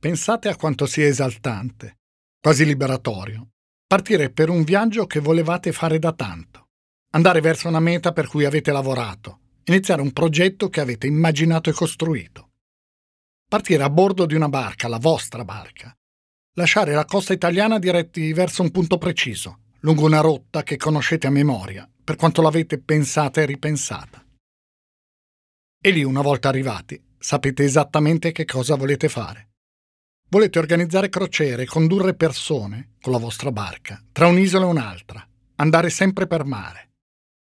Pensate a quanto sia esaltante, quasi liberatorio, partire per un viaggio che volevate fare da tanto, andare verso una meta per cui avete lavorato, iniziare un progetto che avete immaginato e costruito. Partire a bordo di una barca, la vostra barca, lasciare la costa italiana diretti verso un punto preciso, lungo una rotta che conoscete a memoria, per quanto l'avete pensata e ripensata. E lì, una volta arrivati, sapete esattamente che cosa volete fare. Volete organizzare crociere, condurre persone, con la vostra barca, tra un'isola e un'altra, andare sempre per mare.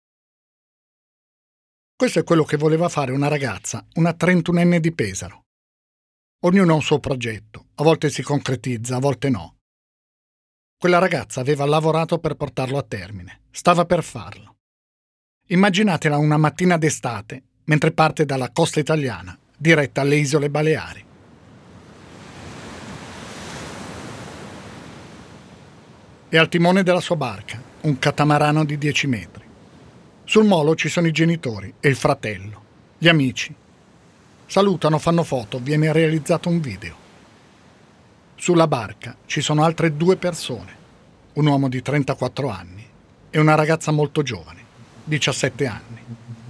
Questo è quello che voleva fare una ragazza, una 31enne di Pesaro. Ognuno ha un suo progetto, a volte si concretizza, a volte no. Quella ragazza aveva lavorato per portarlo a termine, stava per farlo. Immaginatela una mattina d'estate, mentre parte dalla costa italiana, diretta alle isole Baleari. E al timone della sua barca, un catamarano di 10 metri. Sul molo ci sono i genitori e il fratello, gli amici. Salutano, fanno foto, viene realizzato un video. Sulla barca ci sono altre 2 persone, un uomo di 34 anni e una ragazza molto giovane, 17 anni.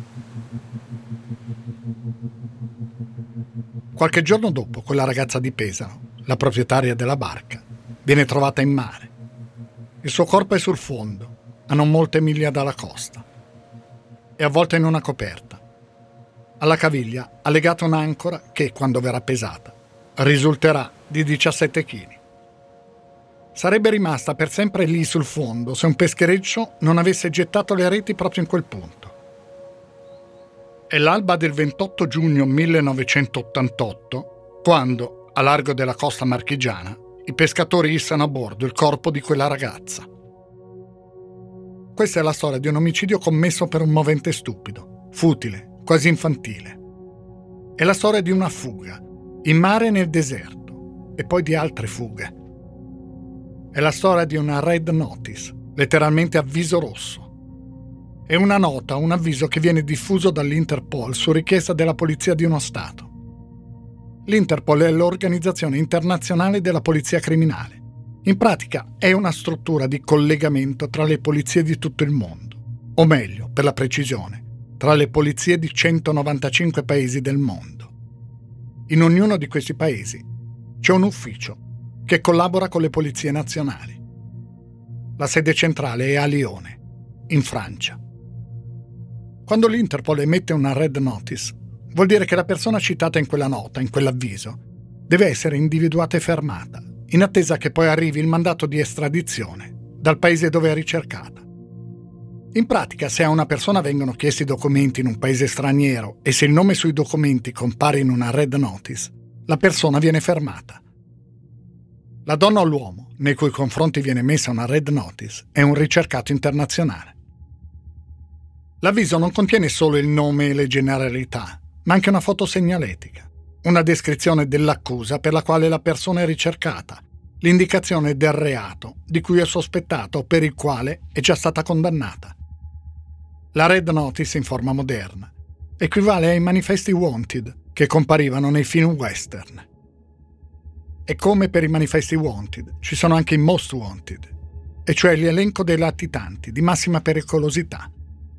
Qualche giorno dopo, quella ragazza di Pesaro, la proprietaria della barca, viene trovata in mare. Il suo corpo è sul fondo, a non molte miglia dalla costa. È avvolta in una coperta. Alla caviglia ha legato un'ancora che, quando verrà pesata, risulterà di 17 kg. Sarebbe rimasta per sempre lì sul fondo se un peschereccio non avesse gettato le reti proprio in quel punto. È l'alba del 28 giugno 1988 quando, a largo della costa marchigiana, i pescatori issano a bordo il corpo di quella ragazza. Questa è la storia di un omicidio commesso per un movente stupido, futile, quasi infantile. È la storia di una fuga, in mare e nel deserto, e poi di altre fughe. È la storia di una red notice, letteralmente avviso rosso. È una nota, un avviso che viene diffuso dall'Interpol su richiesta della polizia di uno Stato. L'Interpol è l'organizzazione internazionale della polizia criminale. In pratica è una struttura di collegamento tra le polizie di tutto il mondo, o meglio, per la precisione, tra le polizie di 195 paesi del mondo. In ognuno di questi paesi c'è un ufficio che collabora con le polizie nazionali. La sede centrale è a Lione, in Francia. Quando l'Interpol emette una red notice, vuol dire che la persona citata in quella nota, in quell'avviso, deve essere individuata e fermata, in attesa che poi arrivi il mandato di estradizione dal paese dove è ricercata. In pratica, se a una persona vengono chiesti documenti in un paese straniero e se il nome sui documenti compare in una red notice, la persona viene fermata. La donna o l'uomo, nei cui confronti viene messa una red notice, è un ricercato internazionale. L'avviso non contiene solo il nome e le generalità, ma anche una foto segnaletica, una descrizione dell'accusa per la quale la persona è ricercata, l'indicazione del reato di cui è sospettato o per il quale è già stata condannata. La red notice in forma moderna equivale ai manifesti wanted che comparivano nei film western. E come per i manifesti wanted ci sono anche i most wanted, e cioè l'elenco dei latitanti di massima pericolosità.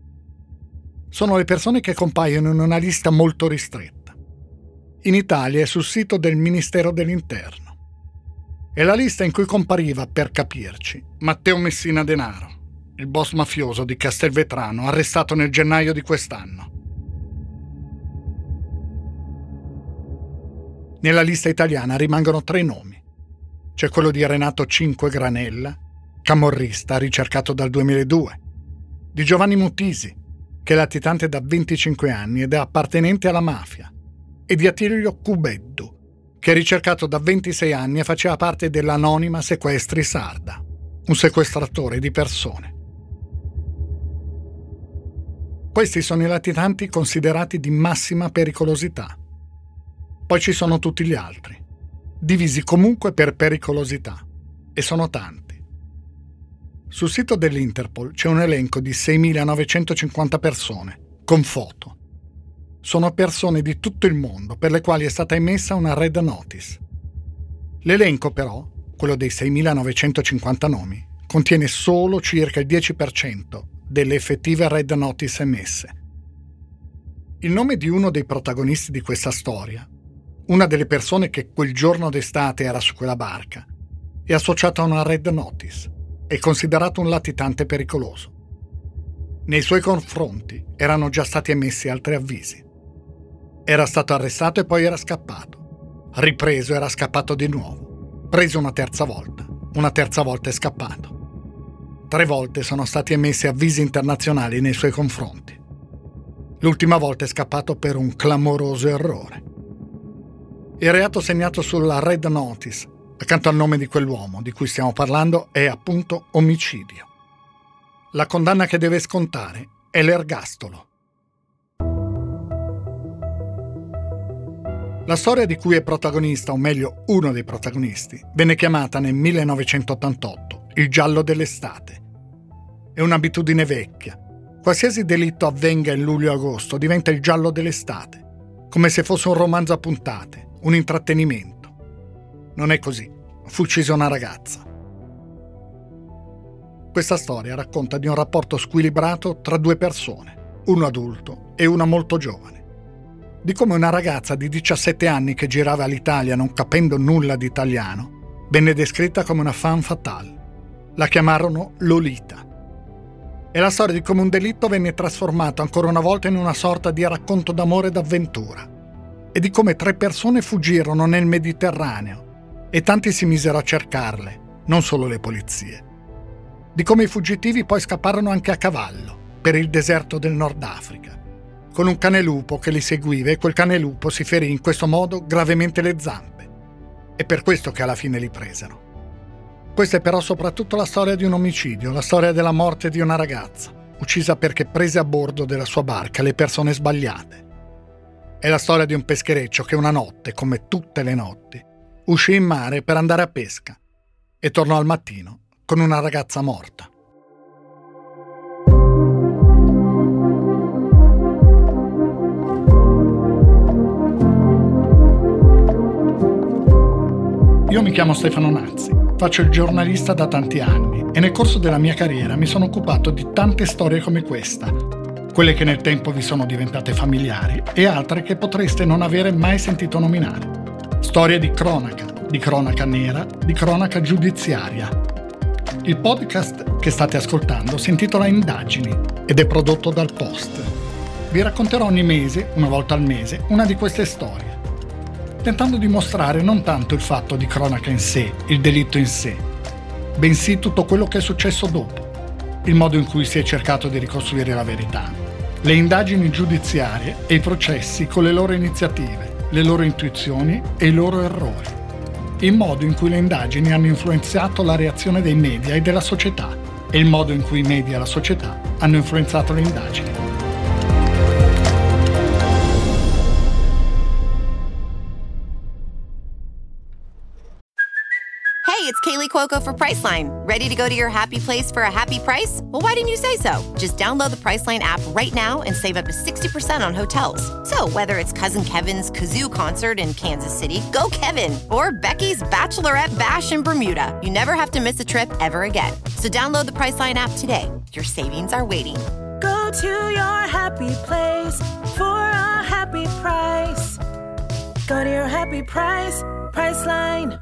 Sono le persone che compaiono in una lista molto ristretta. In Italia è sul sito del Ministero dell'Interno. È la lista in cui compariva, per capirci, Matteo Messina Denaro, il boss mafioso di Castelvetrano, arrestato nel gennaio di quest'anno. Nella lista italiana rimangono 3 nomi. C'è quello di Renato Cinque Granella, camorrista ricercato dal 2002, di Giovanni Mutisi, che è latitante da 25 anni ed è appartenente alla mafia, e di Attilio Cubeddu, che è ricercato da 26 anni e faceva parte dell'anonima Sequestri Sarda, un sequestratore di persone. Questi sono i latitanti considerati di massima pericolosità. Poi ci sono tutti gli altri, divisi comunque per pericolosità, e sono tanti. Sul sito dell'Interpol c'è un elenco di 6.950 persone, con foto. Sono persone di tutto il mondo per le quali è stata emessa una red notice. L'elenco però, quello dei 6.950 nomi, contiene solo circa il 10% delle effettive red notice emesse. Il nome di uno dei protagonisti di questa storia, una delle persone che quel giorno d'estate era su quella barca, è associato a una red notice, è considerato un latitante pericoloso. Nei suoi confronti erano già stati emessi altri avvisi. Era stato arrestato e poi era scappato. Ripreso, era scappato di nuovo. Preso una terza volta è scappato. 3 volte sono stati emessi avvisi internazionali nei suoi confronti. L'ultima volta è scappato per un clamoroso errore. Il reato segnato sulla red notice, accanto al nome di quell'uomo di cui stiamo parlando, è appunto omicidio. La condanna che deve scontare è l'ergastolo. La storia di cui è protagonista, o meglio uno dei protagonisti, venne chiamata nel 1988 il giallo dell'estate. È un'abitudine vecchia. Qualsiasi delitto avvenga in luglio-agosto diventa il giallo dell'estate, come se fosse un romanzo a puntate, un intrattenimento. Non è così. Fu uccisa una ragazza. Questa storia racconta di un rapporto squilibrato tra 2 persone, uno adulto e una molto giovane. Di come una ragazza di 17 anni che girava l'Italia non capendo nulla di italiano venne descritta come una femme fatale. La chiamarono Lolita. È la storia di come un delitto venne trasformato ancora una volta in una sorta di racconto d'amore e d'avventura, e di come 3 persone fuggirono nel Mediterraneo e tanti si misero a cercarle, non solo le polizie. Di come i fuggitivi poi scapparono anche a cavallo per il deserto del Nord Africa, con un cane lupo che li seguiva, e quel cane lupo si ferì in questo modo gravemente le zampe. È per questo che alla fine li presero. Questa è però soprattutto la storia di un omicidio, la storia della morte di una ragazza, uccisa perché prese a bordo della sua barca le persone sbagliate. È la storia di un peschereccio che una notte, come tutte le notti, uscì in mare per andare a pesca e tornò al mattino con una ragazza morta. Io mi chiamo Stefano Nazzi, faccio il giornalista da tanti anni e nel corso della mia carriera mi sono occupato di tante storie come questa, quelle che nel tempo vi sono diventate familiari e altre che potreste non avere mai sentito nominare. Storie di cronaca nera, di cronaca giudiziaria. Il podcast che state ascoltando si intitola Indagini ed è prodotto dal Post. Vi racconterò ogni mese, una volta al mese, una di queste storie, tentando di mostrare non tanto il fatto di cronaca in sé, il delitto in sé, bensì tutto quello che è successo dopo, il modo in cui si è cercato di ricostruire la verità, le indagini giudiziarie e i processi con le loro iniziative, le loro intuizioni e i loro errori, il modo in cui le indagini hanno influenzato la reazione dei media e della società e il modo in cui i media e la società hanno influenzato le indagini. Hey, it's Kaylee Cuoco for Priceline. Ready to go to your happy place for a happy price? Well, why didn't you say so? Just download the Priceline app right now and save up to 60% on hotels. So whether it's Cousin Kevin's Kazoo Concert in Kansas City, go Kevin, or Becky's Bachelorette Bash in Bermuda, you never have to miss a trip ever again. So download the Priceline app today. Your savings are waiting. Go to your happy place for a happy price. Go to your happy price, Priceline.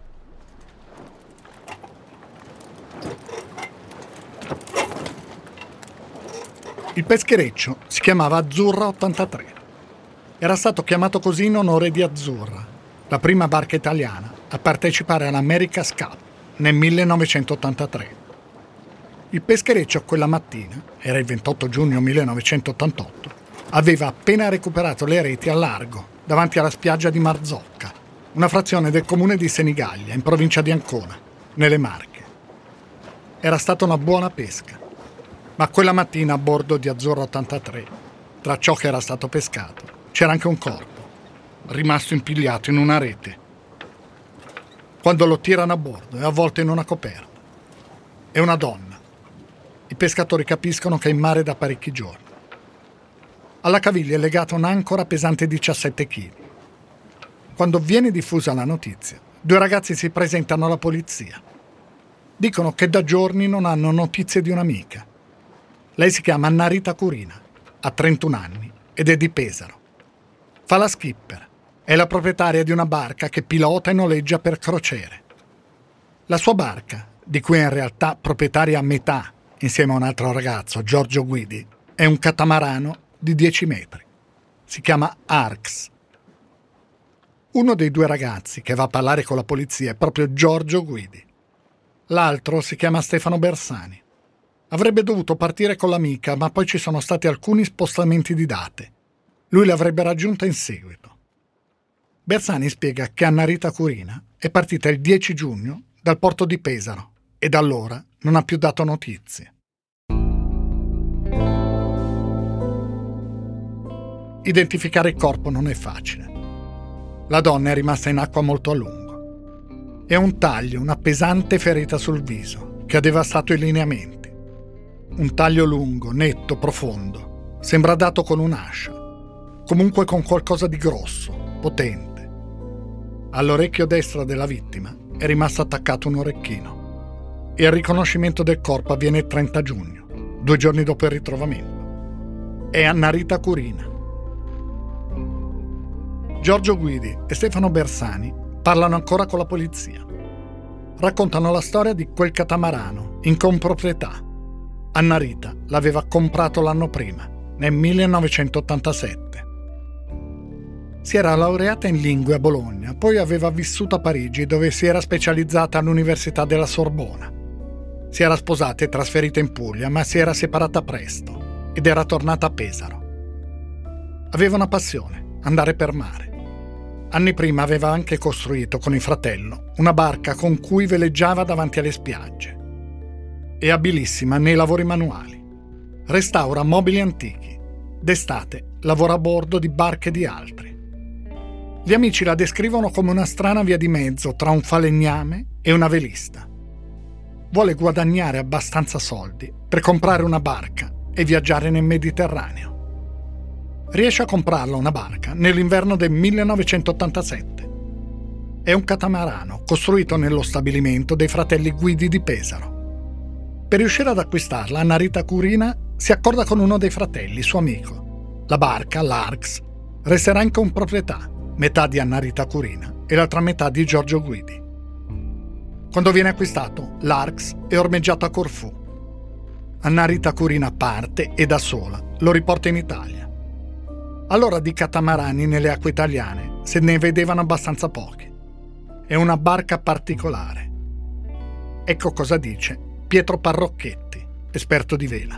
Il peschereccio si chiamava Azzurra 83. Era stato chiamato così in onore di Azzurra, la prima barca italiana a partecipare all'America's Cup nel 1983. Il peschereccio quella mattina, era il 28 giugno 1988, aveva appena recuperato le reti al largo, davanti alla spiaggia di Marzocca, una frazione del comune di Senigallia, in provincia di Ancona, nelle Marche. Era stata una buona pesca. Ma quella mattina a bordo di Azzurra 83, tra ciò che era stato pescato, c'era anche un corpo, rimasto impigliato in una rete. Quando lo tirano a bordo è avvolto in una coperta. È una donna. I pescatori capiscono che è in mare da parecchi giorni. Alla caviglia è legata un'ancora pesante 17 kg. Quando viene diffusa la notizia, 2 ragazzi si presentano alla polizia. Dicono che da giorni non hanno notizie di un'amica. Lei si chiama Annarita Curina, ha 31 anni ed è di Pesaro. Fa la skipper, è la proprietaria di una barca che pilota e noleggia per crociere. La sua barca, di cui è in realtà proprietaria a metà insieme a un altro ragazzo, Giorgio Guidi, è un catamarano di 10 metri. Si chiama Arx. Uno dei 2 ragazzi che va a parlare con la polizia è proprio Giorgio Guidi. L'altro si chiama Stefano Bersani. Avrebbe dovuto partire con l'amica, ma poi ci sono stati alcuni spostamenti di date. Lui l'avrebbe raggiunta in seguito. Bersani spiega che Annarita Curina è partita il 10 giugno dal porto di Pesaro e da allora non ha più dato notizie. Identificare il corpo non è facile. La donna è rimasta in acqua molto a lungo. È un taglio, una pesante ferita sul viso che ha devastato i lineamenti. Un taglio lungo, netto, profondo. Sembra dato con un'ascia. Comunque con qualcosa di grosso, potente. All'orecchio destro della vittima è rimasto attaccato un orecchino. E il riconoscimento del corpo avviene il 30 giugno, 2 giorni dopo il ritrovamento. È Annarita Curina. Giorgio Guidi e Stefano Bersani parlano ancora con la polizia. Raccontano la storia di quel catamarano in comproprietà. Annarita l'aveva comprato l'anno prima, nel 1987. Si era laureata in lingue a Bologna, poi aveva vissuto a Parigi, dove si era specializzata all'Università della Sorbona. Si era sposata e trasferita in Puglia, ma si era separata presto ed era tornata a Pesaro. Aveva una passione, andare per mare. Anni prima aveva anche costruito con il fratello una barca con cui veleggiava davanti alle spiagge. È abilissima nei lavori manuali. Restaura mobili antichi. D'estate lavora a bordo di barche di altri. Gli amici la descrivono come una strana via di mezzo tra un falegname e una velista. Vuole guadagnare abbastanza soldi per comprare una barca e viaggiare nel Mediterraneo. Riesce a comprarla una barca nell'inverno del 1987. È un catamarano costruito nello stabilimento dei fratelli Guidi di Pesaro. Per riuscire ad acquistarla, Annarita Curina si accorda con uno dei fratelli, suo amico. La barca, l'Arx, resterà in comproprietà, metà di Annarita Curina e l'altra metà di Giorgio Guidi. Quando viene acquistato, l'Arx è ormeggiato a Corfù. Annarita Curina parte e da sola lo riporta in Italia. Allora di catamarani nelle acque italiane se ne vedevano abbastanza pochi. È una barca particolare. Ecco cosa dice Pietro Parrocchetti, esperto di vela.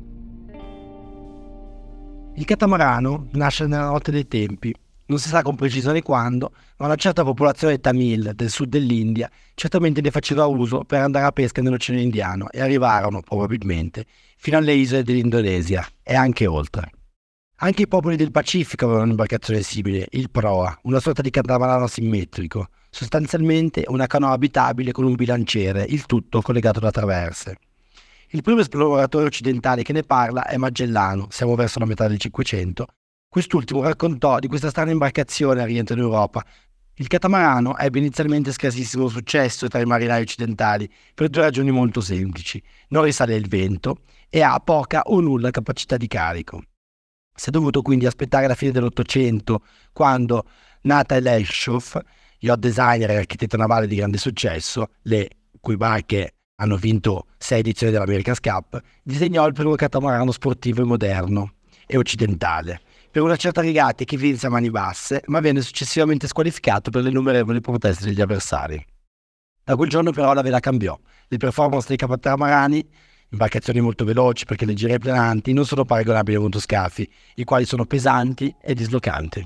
Il catamarano nasce nella notte dei tempi, non si sa con precisione quando, ma una certa popolazione tamil del sud dell'India certamente ne faceva uso per andare a pesca nell'Oceano Indiano e arrivarono, probabilmente, fino alle isole dell'Indonesia e anche oltre. Anche i popoli del Pacifico avevano un'imbarcazione simile, il proa, una sorta di catamarano simmetrico, sostanzialmente una canoa abitabile con un bilanciere, il tutto collegato da traverse. Il primo esploratore occidentale che ne parla è Magellano, siamo verso la metà del Cinquecento. Quest'ultimo raccontò di questa strana imbarcazione al rientro in Europa. Il catamarano ebbe inizialmente scarsissimo successo tra i marinai occidentali per 2 ragioni molto semplici: non risale il vento e ha poca o nulla capacità di carico. Si è dovuto quindi aspettare la fine dell'Ottocento, quando Nathanael Elshoff, yacht designer e architetto navale di grande successo, le cui barche hanno vinto 6 edizioni dell'America's Cup, disegnò il primo catamarano sportivo e moderno e occidentale, per una certa regata che vinse a mani basse, ma venne successivamente squalificato per le innumerevoli proteste degli avversari. Da quel giorno però la vela cambiò. Le performance dei catamarani, imbarcazioni molto veloci perché leggere e plananti, non sono paragonabili a motoscafi, i quali sono pesanti e dislocanti.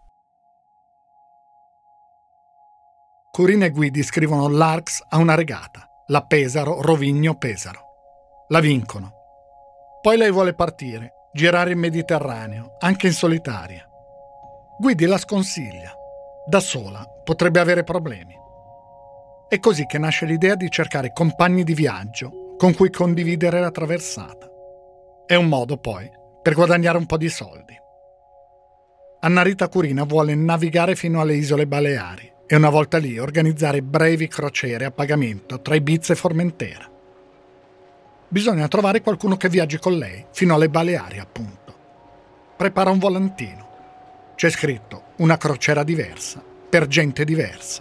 Curina e Guidi scrivono l'Arx a una regata, la Pesaro-Rovigno-Pesaro. La vincono. Poi lei vuole partire, girare il Mediterraneo, anche in solitaria. Guidi la sconsiglia. Da sola potrebbe avere problemi. È così che nasce l'idea di cercare compagni di viaggio con cui condividere la traversata. È un modo, poi, per guadagnare un po' di soldi. Annarita Curina vuole navigare fino alle isole Baleari e una volta lì organizzare brevi crociere a pagamento tra Ibiza e Formentera. Bisogna trovare qualcuno che viaggi con lei fino alle Baleari, appunto. Prepara un volantino. C'è scritto una crociera diversa per gente diversa.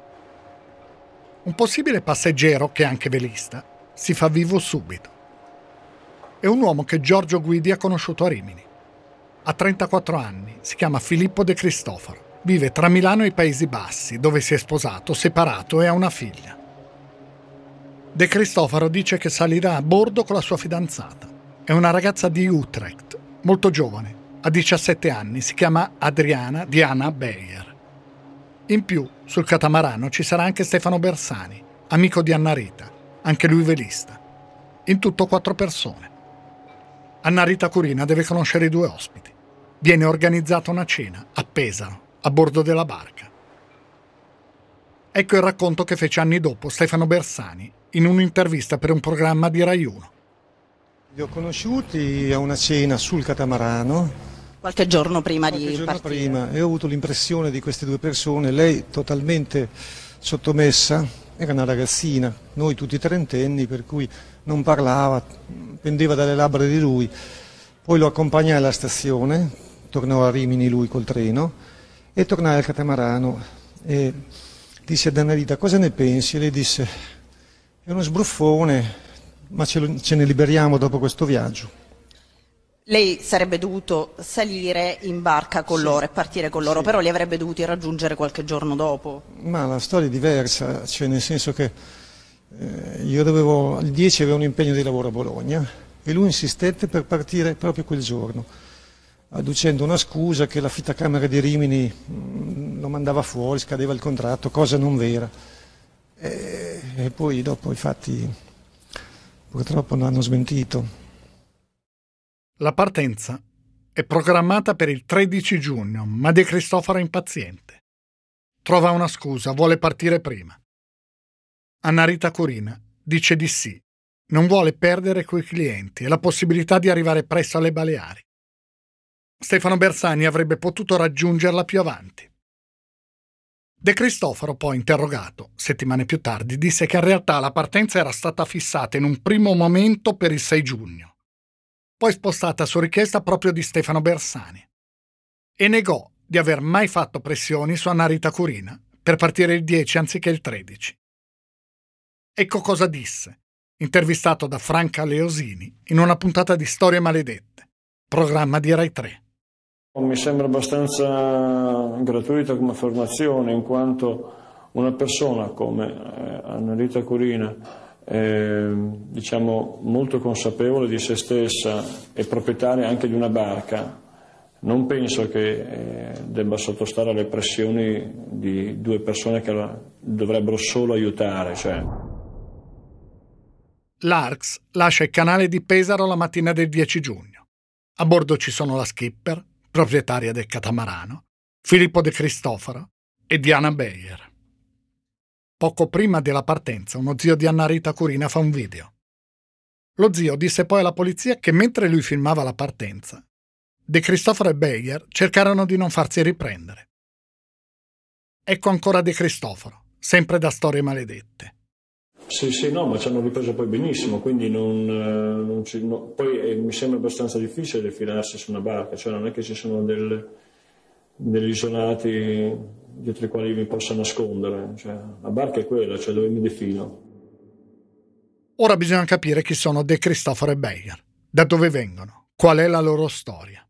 Un possibile passeggero, che è anche velista, si fa vivo subito. È un uomo che Giorgio Guidi ha conosciuto a Rimini. Ha 34 anni, si chiama Filippo De Cristofaro. Vive tra Milano e i Paesi Bassi, dove si è sposato, separato e ha una figlia. De Cristofaro dice che salirà a bordo con la sua fidanzata. È una ragazza di Utrecht, molto giovane, ha 17 anni, si chiama Adriana Diana Beyer. In più, sul catamarano ci sarà anche Stefano Bersani, amico di Anna Rita, anche lui velista. In tutto 4 persone. Anna Rita Curina deve conoscere i 2 ospiti. Viene organizzata una cena a Pesaro, a bordo della barca. Ecco il racconto che fece anni dopo Stefano Bersani in un'intervista per un programma di Rai 1. Li ho conosciuti a una cena sul catamarano. Qualche giorno prima di partire. Prima, e ho avuto l'impressione di queste 2 persone, lei totalmente sottomessa, era una ragazzina, noi tutti trentenni, per cui non parlava, pendeva dalle labbra di lui. Poi lo accompagnai alla stazione, tornò a Rimini lui col treno, e tornai al catamarano e disse ad Anna Rita: cosa ne pensi? E lei disse: è uno sbruffone, ma ce ne liberiamo dopo questo viaggio. Lei sarebbe dovuto salire in barca con loro e partire con loro, però li avrebbe dovuti raggiungere qualche giorno dopo. Ma la storia è diversa, cioè nel senso che io il 10 avevo un impegno di lavoro a Bologna e lui insistette per partire proprio quel giorno, adducendo una scusa che l'affittacamera di Rimini lo mandava fuori, scadeva il contratto, cosa non vera. E poi dopo i fatti purtroppo non hanno smentito. La partenza è programmata per il 13 giugno, ma De Cristofaro è impaziente. Trova una scusa, vuole partire prima. Anna Rita Curina dice di sì, non vuole perdere quei clienti e la possibilità di arrivare presto alle Baleari. Stefano Bersani avrebbe potuto raggiungerla più avanti. De Cristofaro, poi interrogato, settimane più tardi, disse che in realtà la partenza era stata fissata in un primo momento per il 6 giugno, poi spostata su richiesta proprio di Stefano Bersani, e negò di aver mai fatto pressioni su Anna Rita Curina per partire il 10 anziché il 13. Ecco cosa disse, intervistato da Franca Leosini in una puntata di Storie Maledette, programma di Rai 3. Mi sembra abbastanza gratuita come affermazione, in quanto una persona come Anna Rita Curina, diciamo molto consapevole di se stessa e proprietaria anche di una barca, non penso che debba sottostare alle pressioni di 2 persone che la dovrebbero solo aiutare. L'Arx lascia il canale di Pesaro la mattina del 10 giugno. A bordo ci sono la skipper, proprietaria del catamarano, Filippo De Cristofaro e Diana Beyer. Poco prima della partenza, uno zio di Anna Rita Curina fa un video. Lo zio disse poi alla polizia che mentre lui filmava la partenza, De Cristofaro e Beyer cercarono di non farsi riprendere. Ecco ancora De Cristofaro, sempre da Storie Maledette. Sì, no, ma ci hanno ripreso poi benissimo, quindi poi mi sembra abbastanza difficile defilarsi su una barca, cioè non è che ci sono degli isolati dietro i quali mi possa nascondere, la barca è quella, dove mi defilo. Ora bisogna capire chi sono De Cristofaro e Beyer, da dove vengono, qual è la loro storia.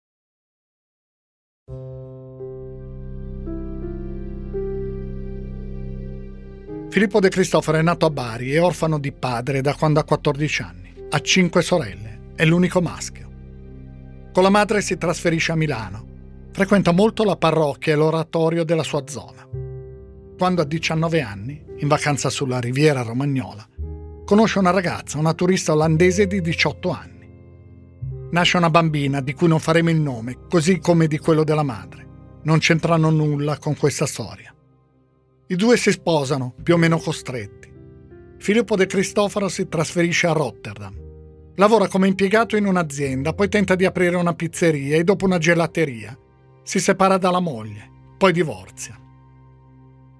Filippo De Cristofaro è nato a Bari, è orfano di padre da quando ha 14 anni. Ha 5 sorelle, è l'unico maschio. Con la madre si trasferisce a Milano. Frequenta molto la parrocchia e l'oratorio della sua zona. Quando ha 19 anni, in vacanza sulla Riviera Romagnola, conosce una ragazza, una turista olandese di 18 anni. Nasce una bambina di cui non faremo il nome, così come di quello della madre. Non c'entrano nulla con questa storia. I 2 si sposano, più o meno costretti. Filippo De Cristofaro si trasferisce a Rotterdam. Lavora come impiegato in un'azienda, poi tenta di aprire una pizzeria e dopo una gelateria si separa dalla moglie, poi divorzia.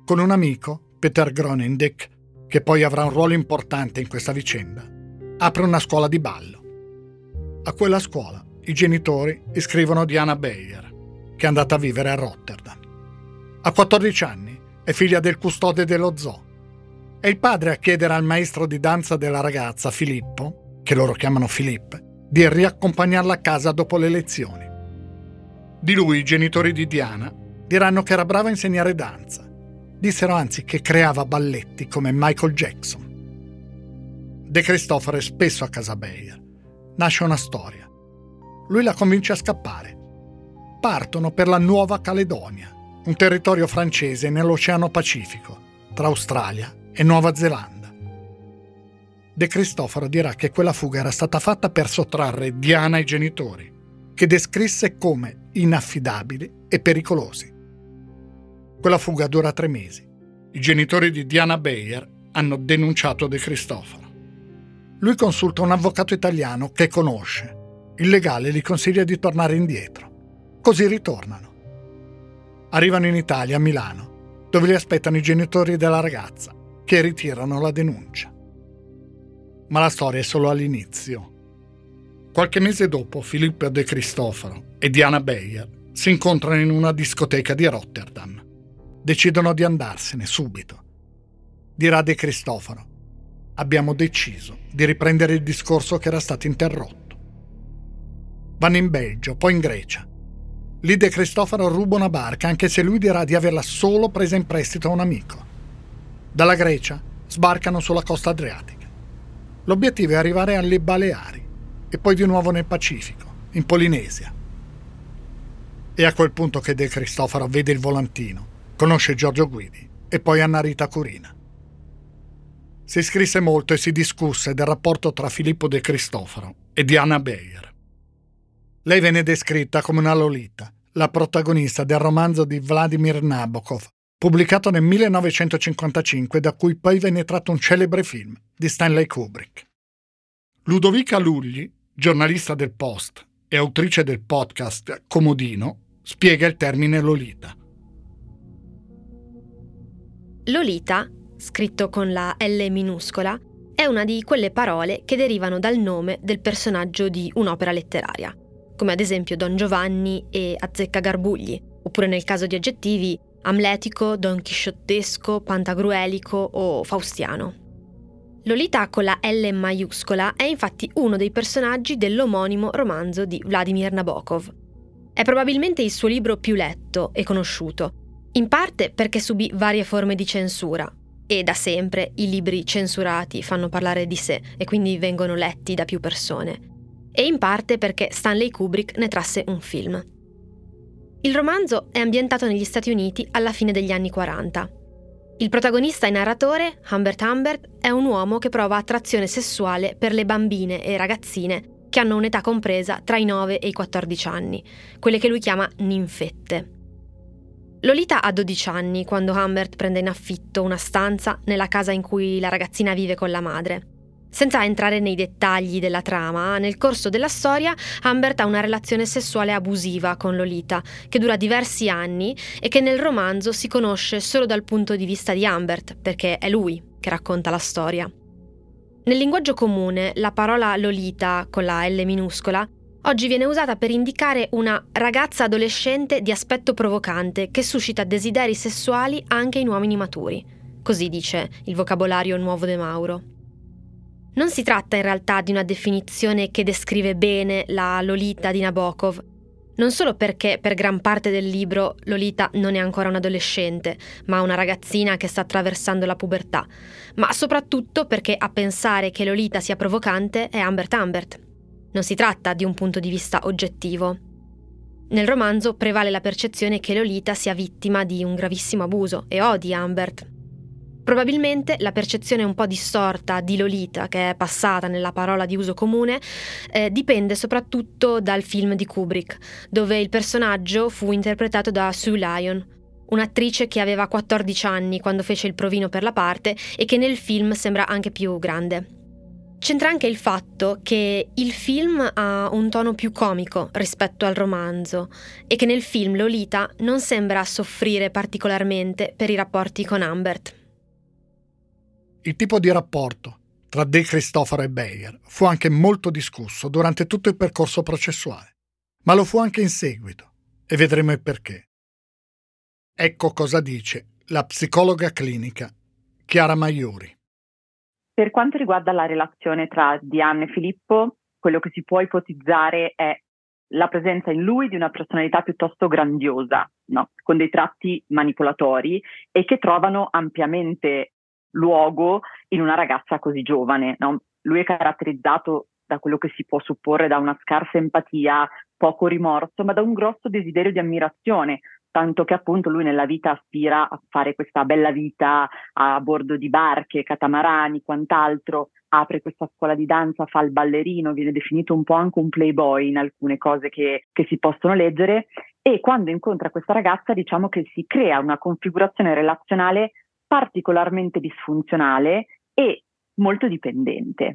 con un amico, Peter Groenendijk, che poi avrà un ruolo importante in questa vicenda, apre una scuola di ballo. A quella scuola i genitori iscrivono Diana Beyer, che è andata a vivere a Rotterdam. A 14 anni è figlia del custode dello zoo. È il padre a chiedere al maestro di danza della ragazza, Filippo, che loro chiamano Philippe, di riaccompagnarla a casa dopo le lezioni. Di lui i genitori di Diana diranno che era bravo a insegnare danza. Dissero anzi che creava balletti come Michael Jackson. De Cristofaro è spesso a casa Beyer. Nasce una storia. Lui la convince a scappare. Partono per la Nuova Caledonia, un territorio francese nell'Oceano Pacifico, tra Australia e Nuova Zelanda. De Cristofaro dirà che quella fuga era stata fatta per sottrarre Diana ai genitori, che descrisse come inaffidabili e pericolosi. Quella fuga dura 3 mesi. I genitori di Diana Beyer hanno denunciato De Cristofaro. Lui consulta un avvocato italiano che conosce. Il legale gli consiglia di tornare indietro. Così ritornano. Arrivano in Italia, a Milano, dove li aspettano i genitori della ragazza, che ritirano la denuncia. Ma la storia è solo all'inizio. Qualche mese dopo, Filippo De Cristofaro e Diana Beyer si incontrano in una discoteca di Rotterdam. Decidono di andarsene subito. Dirà De Cristofaro: abbiamo deciso di riprendere il discorso che era stato interrotto. Vanno in Belgio, poi in Grecia. Lì De Cristofaro ruba una barca, anche se lui dirà di averla solo presa in prestito a un amico. Dalla Grecia sbarcano sulla costa adriatica. L'obiettivo è arrivare alle Baleari e poi di nuovo nel Pacifico, in Polinesia. È a quel punto che De Cristofaro vede il volantino, conosce Giorgio Guidi e poi Anna Rita Curina. Si scrisse molto e si discusse del rapporto tra Filippo De Cristofaro e Diana Beyer. Lei venne descritta come una Lolita, la protagonista del romanzo di Vladimir Nabokov, pubblicato nel 1955, da cui poi venne tratto un celebre film di Stanley Kubrick. Ludovica Lugli, giornalista del Post e autrice del podcast Comodino, spiega il termine Lolita. Lolita, scritto con la L minuscola, è una di quelle parole che derivano dal nome del personaggio di un'opera letteraria, come ad esempio Don Giovanni e Azzeccagarbugli, oppure nel caso di aggettivi amletico, donchisciottesco, pantagruelico o faustiano. Lolita con la L maiuscola è infatti uno dei personaggi dell'omonimo romanzo di Vladimir Nabokov. È probabilmente il suo libro più letto e conosciuto, in parte perché subì varie forme di censura, e da sempre i libri censurati fanno parlare di sé e quindi vengono letti da più persone, e in parte perché Stanley Kubrick ne trasse un film. Il romanzo è ambientato negli Stati Uniti alla fine degli anni 40. Il protagonista e narratore, Humbert Humbert, è un uomo che prova attrazione sessuale per le bambine e ragazzine che hanno un'età compresa tra i 9 e i 14 anni, quelle che lui chiama ninfette. Lolita ha 12 anni quando Humbert prende in affitto una stanza nella casa in cui la ragazzina vive con la madre. Senza entrare nei dettagli della trama, nel corso della storia Humbert ha una relazione sessuale abusiva con Lolita, che dura diversi anni e che nel romanzo si conosce solo dal punto di vista di Humbert, perché è lui che racconta la storia. Nel linguaggio comune, la parola Lolita, con la L minuscola, oggi viene usata per indicare una ragazza adolescente di aspetto provocante che suscita desideri sessuali anche in uomini maturi. Così dice il vocabolario nuovo de Mauro. Non si tratta in realtà di una definizione che descrive bene la Lolita di Nabokov, non solo perché per gran parte del libro Lolita non è ancora un'adolescente, ma una ragazzina che sta attraversando la pubertà, ma soprattutto perché a pensare che Lolita sia provocante è Humbert Humbert. Non si tratta di un punto di vista oggettivo. Nel romanzo prevale la percezione che Lolita sia vittima di un gravissimo abuso e odi Humbert. Probabilmente la percezione un po' distorta di Lolita, che è passata nella parola di uso comune, dipende soprattutto dal film di Kubrick, dove il personaggio fu interpretato da Sue Lyon, un'attrice che aveva 14 anni quando fece il provino per la parte e che nel film sembra anche più grande. C'entra anche il fatto che il film ha un tono più comico rispetto al romanzo e che nel film Lolita non sembra soffrire particolarmente per i rapporti con Humbert. Il tipo di rapporto tra De Cristofaro e Beyer fu anche molto discusso durante tutto il percorso processuale, ma lo fu anche in seguito, e vedremo il perché. Ecco cosa dice la psicologa clinica Chiara Maiuri. Per quanto riguarda la relazione tra Diane e Filippo, quello che si può ipotizzare è la presenza in lui di una personalità piuttosto grandiosa, no? Con dei tratti manipolatori e che trovano ampiamente luogo in una ragazza così giovane, no? Lui è caratterizzato da quello che si può supporre da una scarsa empatia, poco rimorso, ma da un grosso desiderio di ammirazione, tanto che appunto lui nella vita aspira a fare questa bella vita a bordo di barche, catamarani, quant'altro, apre questa scuola di danza, fa il ballerino, viene definito un po' anche un playboy in alcune cose che si possono leggere, e quando incontra questa ragazza diciamo che si crea una configurazione relazionale particolarmente disfunzionale e molto dipendente.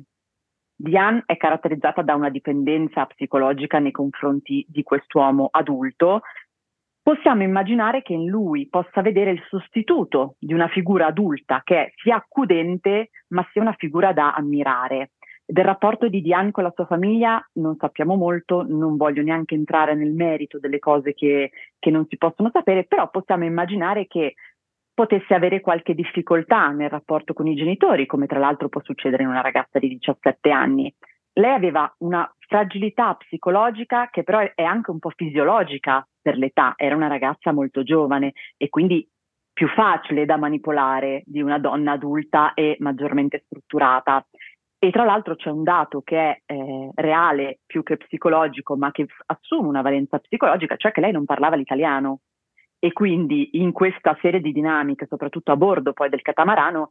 Diane è caratterizzata da una dipendenza psicologica nei confronti di quest'uomo adulto. Possiamo immaginare che in lui possa vedere il sostituto di una figura adulta che è sia accudente ma sia una figura da ammirare. Del rapporto di Diane con la sua famiglia non sappiamo molto, non voglio neanche entrare nel merito delle cose che non si possono sapere, però possiamo immaginare che potesse avere qualche difficoltà nel rapporto con i genitori, come tra l'altro può succedere in una ragazza di 17 anni. Lei aveva una fragilità psicologica che però è anche un po' fisiologica per l'età, era una ragazza molto giovane e quindi più facile da manipolare di una donna adulta e maggiormente strutturata. E tra l'altro c'è un dato che è reale più che psicologico, ma che assume una valenza psicologica, cioè che lei non parlava l'italiano. E quindi in questa serie di dinamiche, soprattutto a bordo poi del catamarano,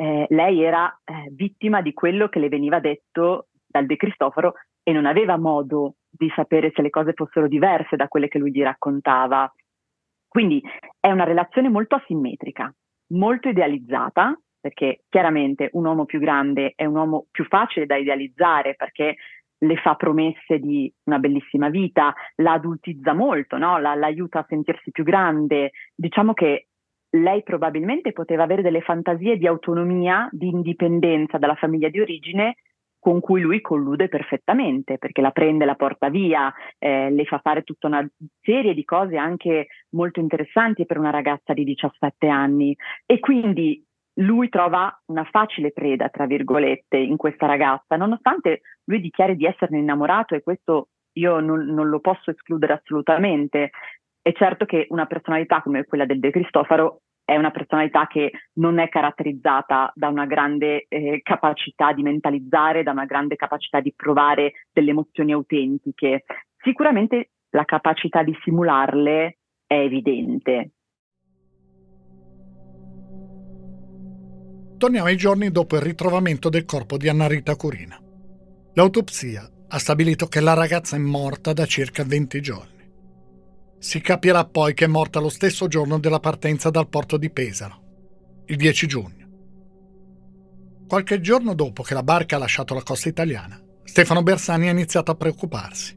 lei era vittima di quello che le veniva detto dal De Cristofaro e non aveva modo di sapere se le cose fossero diverse da quelle che lui gli raccontava. Quindi è una relazione molto asimmetrica, molto idealizzata, perché chiaramente un uomo più grande è un uomo più facile da idealizzare perché le fa promesse di una bellissima vita, la adultizza molto, no? L'aiuta a sentirsi più grande. Diciamo che lei probabilmente poteva avere delle fantasie di autonomia, di indipendenza dalla famiglia di origine con cui lui collude perfettamente, perché la prende, la porta via, le fa fare tutta una serie di cose anche molto interessanti per una ragazza di 17 anni. E quindi lui trova una facile preda, tra virgolette, in questa ragazza, nonostante lui dichiari di esserne innamorato, e questo io non lo posso escludere assolutamente. È certo che una personalità come quella del De Cristofaro è una personalità che non è caratterizzata da una grande capacità di mentalizzare, da una grande capacità di provare delle emozioni autentiche. Sicuramente la capacità di simularle è evidente. Torniamo ai giorni dopo il ritrovamento del corpo di Anna Rita Curina. L'autopsia ha stabilito che la ragazza è morta da circa 20 giorni. Si capirà poi che è morta lo stesso giorno della partenza dal porto di Pesaro, il 10 giugno. Qualche giorno dopo che la barca ha lasciato la costa italiana, Stefano Bersani ha iniziato a preoccuparsi.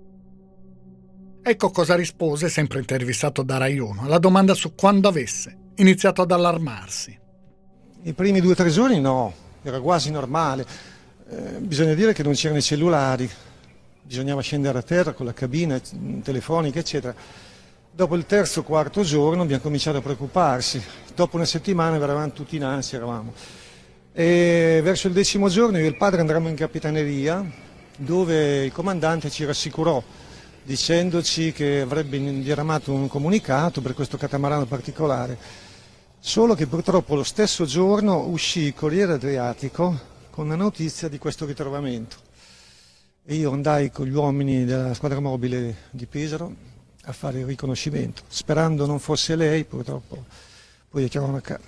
Ecco cosa rispose, sempre intervistato da Rai 1, alla domanda su quando avesse iniziato ad allarmarsi. I primi 2 o 3 giorni no, era quasi normale. Bisogna dire che non c'erano i cellulari, bisognava scendere a terra con la cabina telefonica, eccetera. Dopo il 3° o 4° giorno abbiamo cominciato a preoccuparsi. Dopo una settimana eravamo tutti in ansia, E verso il 10° giorno io e il padre andammo in capitaneria, dove il comandante ci rassicurò, dicendoci che avrebbe diramato un comunicato per questo catamarano particolare. Solo che purtroppo lo stesso giorno uscì il Corriere Adriatico con la notizia di questo ritrovamento. E io andai con gli uomini della squadra mobile di Pesaro a fare il riconoscimento, sperando non fosse lei, purtroppo poi è chiamato a casa.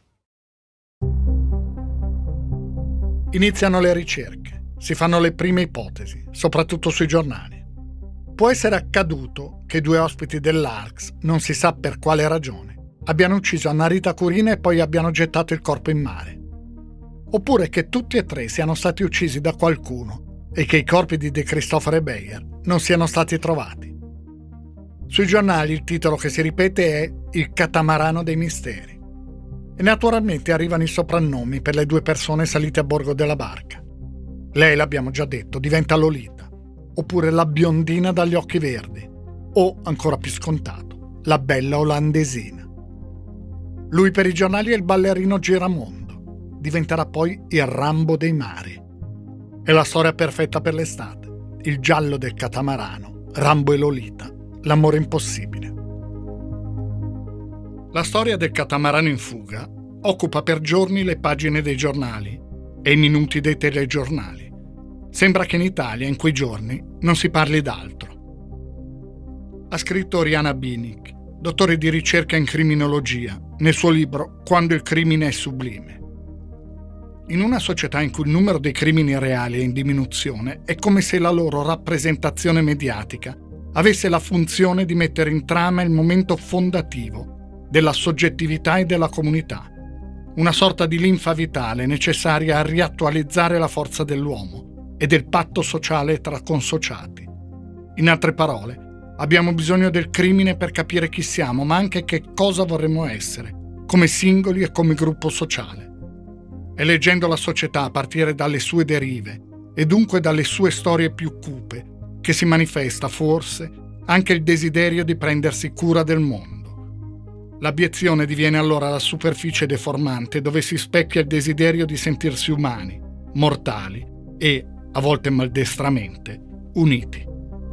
Iniziano le ricerche, si fanno le prime ipotesi, soprattutto sui giornali. Può essere accaduto che 2 ospiti dell'Arx, non si sa per quale ragione, abbiano ucciso Anna Rita Curina e poi abbiano gettato il corpo in mare. oppure che tutti e tre siano stati uccisi da qualcuno e che i corpi di De Christofaro e Beyer non siano stati trovati. Sui giornali il titolo che si ripete è Il catamarano dei misteri. E naturalmente arrivano i soprannomi per le due persone salite a bordo della barca. Lei, l'abbiamo già detto, diventa Lolita, oppure la biondina dagli occhi verdi, o, ancora più scontato, la bella olandesina. Lui per i giornali è il ballerino giramondo, diventerà poi il Rambo dei mari. È la storia perfetta per l'estate, il giallo del catamarano, Rambo e Lolita, l'amore impossibile. La storia del catamarano in fuga occupa per giorni le pagine dei giornali e i minuti dei telegiornali. Sembra che in Italia in quei giorni non si parli d'altro. Ha scritto Oriana Binic, dottore di ricerca in criminologia, nel suo libro Quando il crimine è sublime. In una società in cui il numero dei crimini reali è in diminuzione, è come se la loro rappresentazione mediatica avesse la funzione di mettere in trama il momento fondativo della soggettività e della comunità, una sorta di linfa vitale necessaria a riattualizzare la forza dell'uomo e del patto sociale tra consociati. In altre parole, abbiamo bisogno del crimine per capire chi siamo, ma anche che cosa vorremmo essere, come singoli e come gruppo sociale. È leggendo la società a partire dalle sue derive e dunque dalle sue storie più cupe che si manifesta, forse, anche il desiderio di prendersi cura del mondo. L'abiezione diviene allora la superficie deformante dove si specchia il desiderio di sentirsi umani, mortali e, a volte maldestramente, uniti.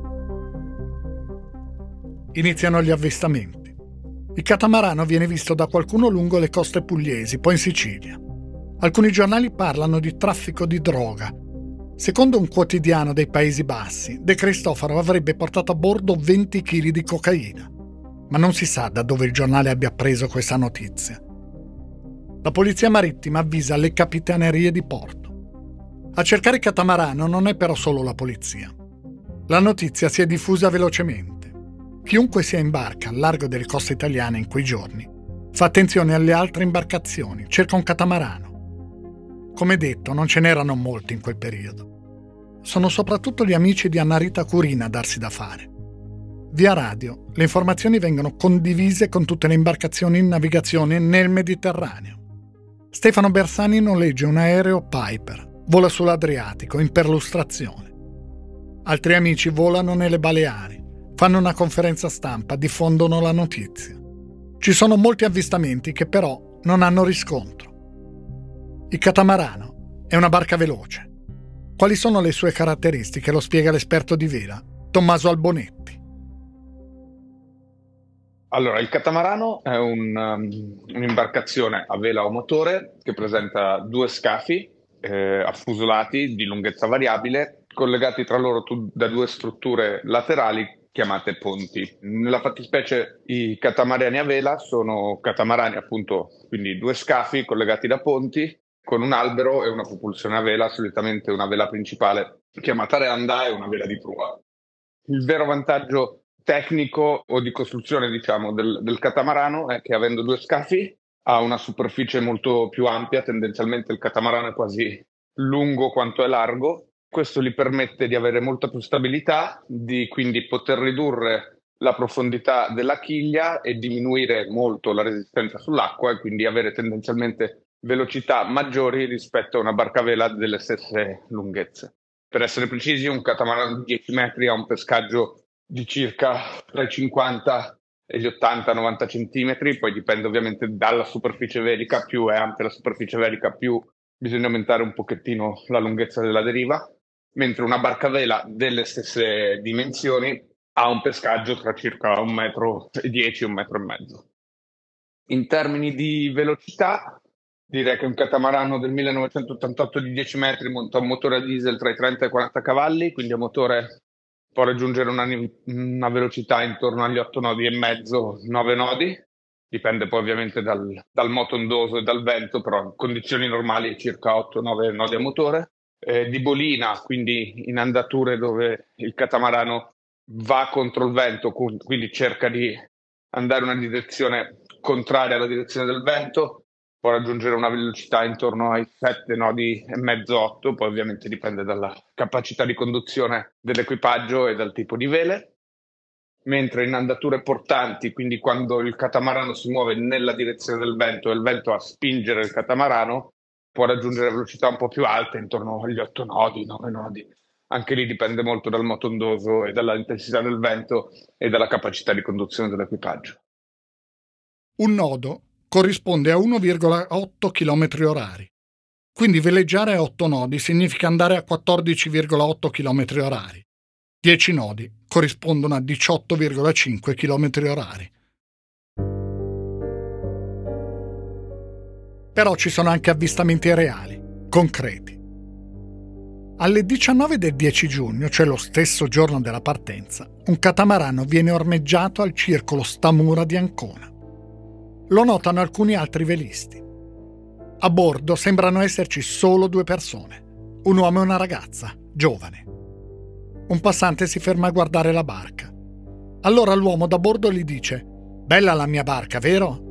Iniziano gli avvistamenti. Il catamarano viene visto da qualcuno lungo le coste pugliesi, poi in Sicilia. Alcuni giornali parlano di traffico di droga. Secondo un quotidiano dei Paesi Bassi, De Christofaro avrebbe portato a bordo 20 kg di cocaina. Ma non si sa da dove il giornale abbia preso questa notizia. La polizia marittima avvisa le capitanerie di porto. A cercare il catamarano non è però solo la polizia. La notizia si è diffusa velocemente. Chiunque sia in barca al largo delle coste italiane in quei giorni fa attenzione alle altre imbarcazioni, cerca un catamarano. Come detto, non ce n'erano molti in quel periodo. Sono soprattutto gli amici di Anna Rita Curina a darsi da fare. Via radio, le informazioni vengono condivise con tutte le imbarcazioni in navigazione nel Mediterraneo. Stefano Bersani noleggia un aereo Piper, vola sull'Adriatico in perlustrazione. Altri amici volano nelle Baleari, fanno una conferenza stampa, diffondono la notizia. Ci sono molti avvistamenti che però non hanno riscontro. Il catamarano è una barca veloce. Quali sono le sue caratteristiche? Lo spiega l'esperto di vela, Tommaso Albonetti. Allora, il catamarano è un'imbarcazione a vela o motore che presenta due scafi affusolati di lunghezza variabile, collegati tra loro da due strutture laterali chiamate ponti. Nella fattispecie i catamarani a vela sono catamarani appunto, quindi due scafi collegati da ponti con un albero e una propulsione a vela, solitamente una vela principale chiamata randa e una vela di prua. Il vero vantaggio tecnico o di costruzione, diciamo, del catamarano è che avendo due scafi ha una superficie molto più ampia, tendenzialmente il catamarano è quasi lungo quanto è largo. Questo gli permette di avere molta più stabilità, di quindi poter ridurre la profondità della chiglia e diminuire molto la resistenza sull'acqua e quindi avere tendenzialmente velocità maggiori rispetto a una barca a vela delle stesse lunghezze. Per essere precisi, un catamarano di 10 metri ha un pescaggio di circa tra i 50 e gli 80-90 centimetri, poi dipende ovviamente dalla superficie velica, più è ampia la superficie velica, più bisogna aumentare un pochettino la lunghezza della deriva, mentre una barca a vela delle stesse dimensioni ha un pescaggio tra circa 1,10 metri e 1,5 metri. In termini di velocità, direi che un catamarano del 1988 di 10 metri monta un motore a diesel tra i 30 e i 40 cavalli, quindi a motore può raggiungere una velocità intorno agli 8 nodi e mezzo, 9 nodi, dipende poi ovviamente dal moto ondoso e dal vento, però in condizioni normali circa 8-9 nodi a motore. Di bolina, quindi in andature dove il catamarano va contro il vento, quindi cerca di andare in una direzione contraria alla direzione del vento, può raggiungere una velocità intorno ai 7 nodi e mezzo, 8, poi ovviamente dipende dalla capacità di conduzione dell'equipaggio e dal tipo di vele. Mentre in andature portanti, quindi quando il catamarano si muove nella direzione del vento e il vento a spingere il catamarano, può raggiungere velocità un po' più alte, intorno agli 8 nodi, 9 nodi. Anche lì dipende molto dal moto ondoso e dalla intensità del vento e dalla capacità di conduzione dell'equipaggio. Un nodo corrisponde a 1,8 km/h. Quindi veleggiare a 8 nodi significa andare a 14,8 km/h. 10 nodi corrispondono a 18,5 km/h. Però ci sono anche avvistamenti reali, concreti. Alle 19 del 10 giugno, cioè lo stesso giorno della partenza, un catamarano viene ormeggiato al circolo Stamura di Ancona. Lo notano alcuni altri velisti. A bordo sembrano esserci solo 2 persone, un uomo e una ragazza, giovane. Un passante si ferma a guardare la barca. Allora l'uomo da bordo gli dice: «Bella la mia barca, vero?»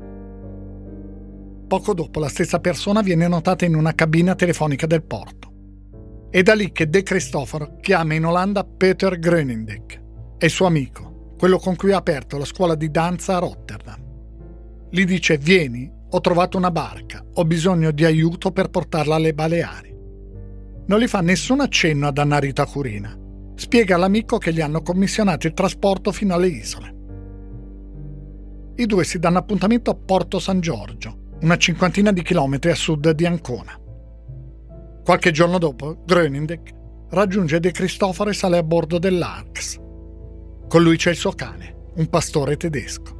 Poco dopo la stessa persona viene notata in una cabina telefonica del porto. È da lì che De Cristofaro chiama in Olanda Peter Groenendijk, è il suo amico, quello con cui ha aperto la scuola di danza a Rotterdam. Gli dice: «Vieni, ho trovato una barca, ho bisogno di aiuto per portarla alle Baleari». Non gli fa nessun accenno ad Annarita Curina. Spiega all'amico che gli hanno commissionato il trasporto fino alle isole. I due si danno appuntamento a Porto San Giorgio, una 50 di chilometri a sud di Ancona. Qualche giorno dopo, Groenendijk raggiunge De Cristofaro e sale a bordo dell'Arx. Con lui c'è il suo cane, un pastore tedesco.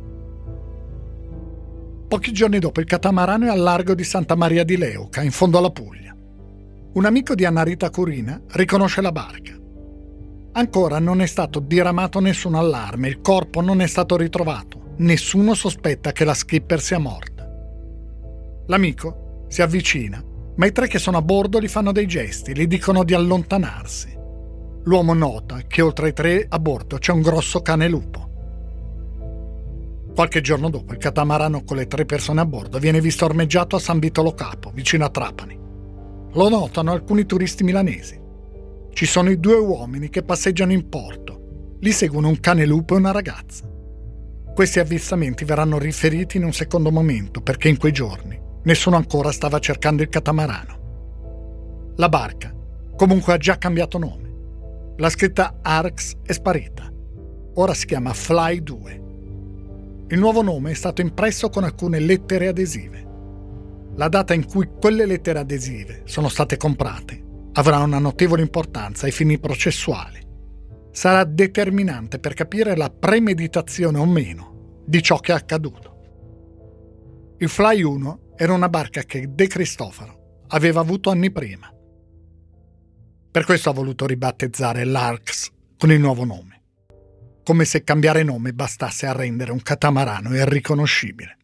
Pochi giorni dopo il catamarano è al largo di Santa Maria di Leuca, in fondo alla Puglia. Un amico di Annarita Curina riconosce la barca. Ancora non è stato diramato nessun allarme, il corpo non è stato ritrovato, nessuno sospetta che la skipper sia morta. L'amico si avvicina, ma i 3 che sono a bordo gli fanno dei gesti, gli dicono di allontanarsi. L'uomo nota che oltre ai 3 a bordo c'è un grosso cane lupo. Qualche giorno dopo il catamarano con le 3 persone a bordo viene visto ormeggiato a San Vitolo Capo, vicino a Trapani. Lo notano alcuni turisti milanesi. Ci sono i 2 uomini che passeggiano in porto. Li seguono un cane lupo e una ragazza. Questi avvistamenti verranno riferiti in un secondo momento perché in quei giorni nessuno ancora stava cercando il catamarano. La barca comunque ha già cambiato nome. La scritta Arx è sparita. Ora si chiama Fly 2. Il nuovo nome è stato impresso con alcune lettere adesive. La data in cui quelle lettere adesive sono state comprate avrà una notevole importanza ai fini processuali. Sarà determinante per capire la premeditazione o meno di ciò che è accaduto. Il Fly 1 era una barca che De Cristofaro aveva avuto anni prima. Per questo ha voluto ribattezzare l'Arx con il nuovo nome, come se cambiare nome bastasse a rendere un catamarano irriconoscibile.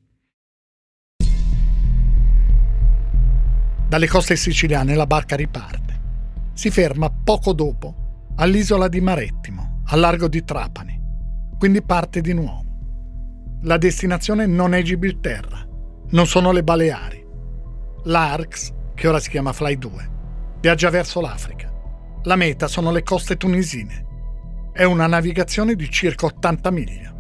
Dalle coste siciliane la barca riparte. Si ferma poco dopo all'isola di Marettimo, al largo di Trapani, quindi parte di nuovo. La destinazione non è Gibilterra, non sono le Baleari. L'Arx, che ora si chiama Fly 2, viaggia verso l'Africa. La meta sono le coste tunisine. È una navigazione di circa 80 miglia.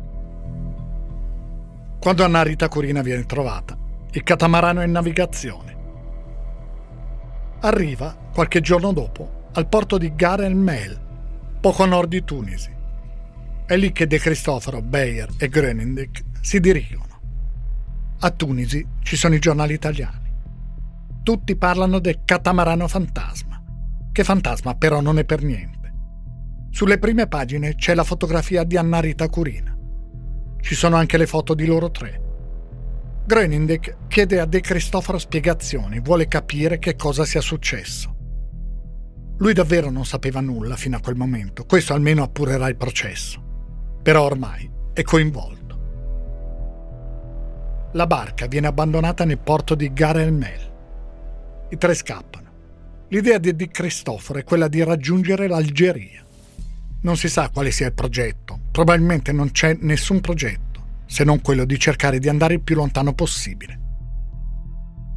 Quando Annarita Curina viene trovata, il catamarano è in navigazione. Arriva, qualche giorno dopo, al porto di Gar el Mel, poco a nord di Tunisi. È lì che De Cristofaro, Beyer e Groenendijk si dirigono. A Tunisi ci sono i giornali italiani. Tutti parlano del catamarano fantasma, che fantasma però non è per niente. Sulle prime pagine c'è la fotografia di Annarita Curina. Ci sono anche le foto di loro 3. Groenendijk chiede a De Cristofaro spiegazioni, vuole capire che cosa sia successo. Lui davvero non sapeva nulla fino a quel momento, questo almeno appurerà il processo. Però ormai è coinvolto. La barca viene abbandonata nel porto di Gar el Mel. I 3 scappano. L'idea di De Cristofaro è quella di raggiungere l'Algeria. Non si sa quale sia il progetto, probabilmente non c'è nessun progetto, se non quello di cercare di andare il più lontano possibile.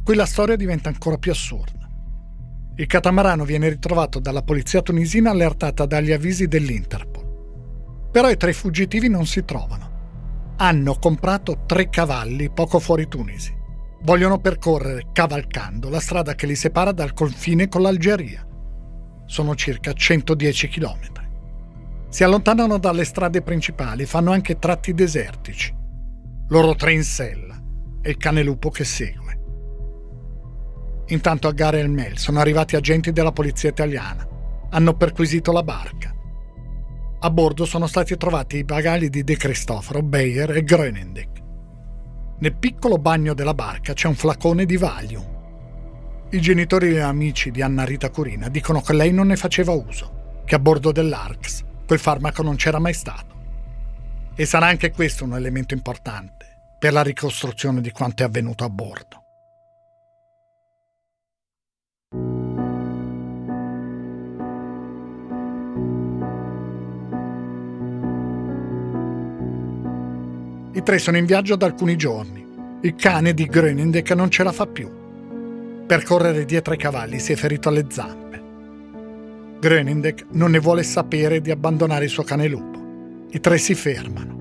qui la storia diventa ancora più assurda. Il catamarano viene ritrovato dalla polizia tunisina allertata dagli avvisi dell'Interpol. Però i 3 fuggitivi non si trovano. Hanno comprato 3 cavalli poco fuori Tunisi. Vogliono percorrere, cavalcando, la strada che li separa dal confine con l'Algeria. Sono circa 110 chilometri. Si allontanano dalle strade principali, fanno anche tratti desertici. Loro 3 in sella e il cane lupo che segue. Intanto a Gare El Mel sono arrivati agenti della polizia italiana. Hanno perquisito la barca. A bordo sono stati trovati i bagagli di De Cristofaro, Beyer e Groenendijk. Nel piccolo bagno della barca c'è un flacone di Valium. I genitori e amici di Anna Rita Curina dicono che lei non ne faceva uso, che a bordo dell'Arx quel farmaco non c'era mai stato. E sarà anche questo un elemento importante per la ricostruzione di quanto è avvenuto a bordo. I 3 sono in viaggio da alcuni giorni. Il cane di Groenendijk non ce la fa più. Per correre dietro ai cavalli si è ferito alle zampe. Groenendijk non ne vuole sapere di abbandonare il suo cane lupo. I 3 si fermano.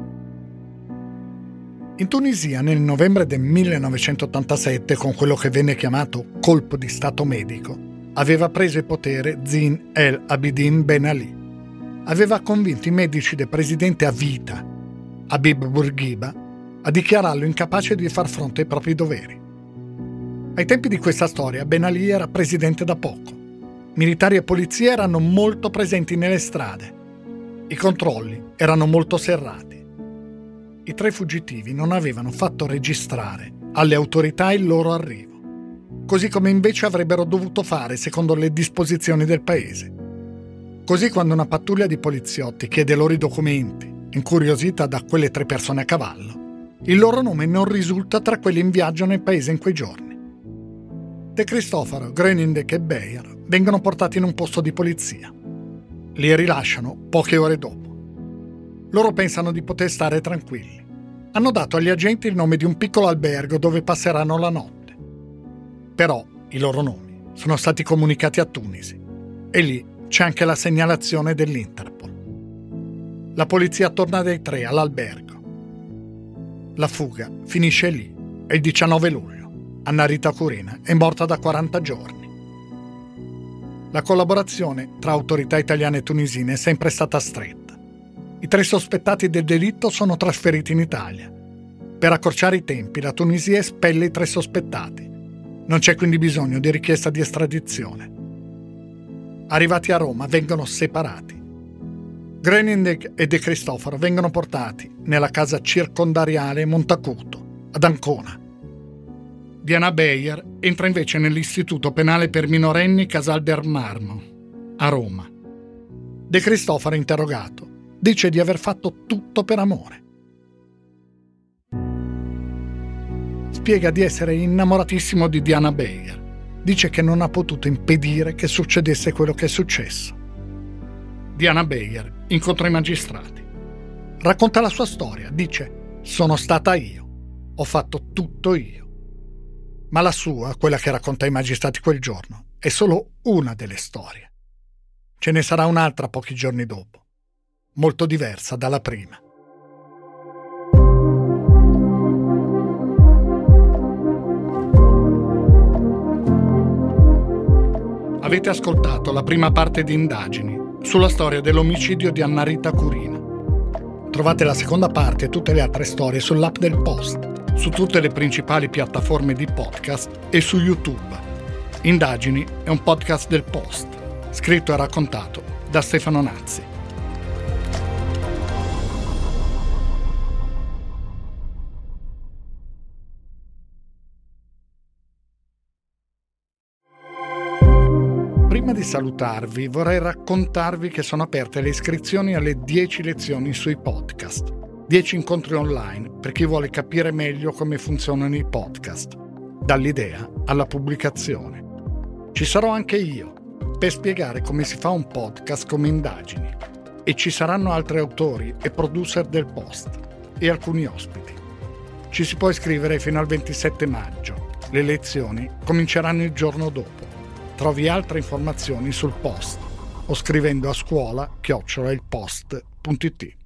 In Tunisia, nel novembre del 1987, con quello che venne chiamato colpo di stato medico, aveva preso il potere Zine El Abidine Ben Ali. Aveva convinto i medici del presidente a vita, Habib Bourguiba, a dichiararlo incapace di far fronte ai propri doveri. Ai tempi di questa storia, Ben Ali era presidente da poco. Militari e polizia erano molto presenti nelle strade. I controlli erano molto serrati. I 3 fuggitivi non avevano fatto registrare alle autorità il loro arrivo, così come invece avrebbero dovuto fare secondo le disposizioni del paese. Così quando una pattuglia di poliziotti chiede loro i documenti, incuriosita da quelle 3 persone a cavallo, il loro nome non risulta tra quelli in viaggio nel paese in quei giorni. De Cristofaro, Groenendijk e Beyer vengono portati in un posto di polizia. Li rilasciano poche ore dopo. Loro pensano di poter stare tranquilli. Hanno dato agli agenti il nome di un piccolo albergo dove passeranno la notte. Però i loro nomi sono stati comunicati a Tunisi e lì c'è anche la segnalazione dell'Interpol. La polizia torna dai 3 all'albergo. La fuga finisce lì e il 19 luglio Anna Rita Curina è morta da 40 giorni. La collaborazione tra autorità italiane e tunisine è sempre stata stretta. I 3 sospettati del delitto sono trasferiti in Italia. Per accorciare i tempi, la Tunisia espelle i 3 sospettati. Non c'è quindi bisogno di richiesta di estradizione. Arrivati a Roma, vengono separati. Groenendijk e De Cristofaro vengono portati nella casa circondariale Montacuto, ad Ancona. Diana Beyer entra invece nell'Istituto Penale per Minorenni Casal del Marmo, a Roma. De Cristofaro, interrogato, dice di aver fatto tutto per amore. Spiega di essere innamoratissimo di Diana Beyer. Dice che non ha potuto impedire che succedesse quello che è successo. Diana Beyer incontra i magistrati. Racconta la sua storia. Dice: sono stata io. Ho fatto tutto io. Ma la sua, quella che racconta ai magistrati quel giorno, è solo una delle storie. Ce ne sarà un'altra pochi giorni dopo, molto diversa dalla prima. Avete ascoltato la prima parte di Indagini sulla storia dell'omicidio di Anna Rita Curina. Trovate la seconda parte e tutte le altre storie sull'app del Post, su tutte le principali piattaforme di podcast e su YouTube. Indagini è un podcast del Post, scritto e raccontato da Stefano Nazzi. Prima di salutarvi vorrei raccontarvi che sono aperte le iscrizioni alle 10 lezioni sui podcast. 10 incontri online per chi vuole capire meglio come funzionano i podcast, dall'idea alla pubblicazione. Ci sarò anche io per spiegare come si fa un podcast come Indagini, e ci saranno altri autori e producer del Post e alcuni ospiti. Ci si può iscrivere fino al 27 maggio. Le lezioni cominceranno il giorno dopo. Trovi altre informazioni sul post o scrivendo a scuola@ilpost.it.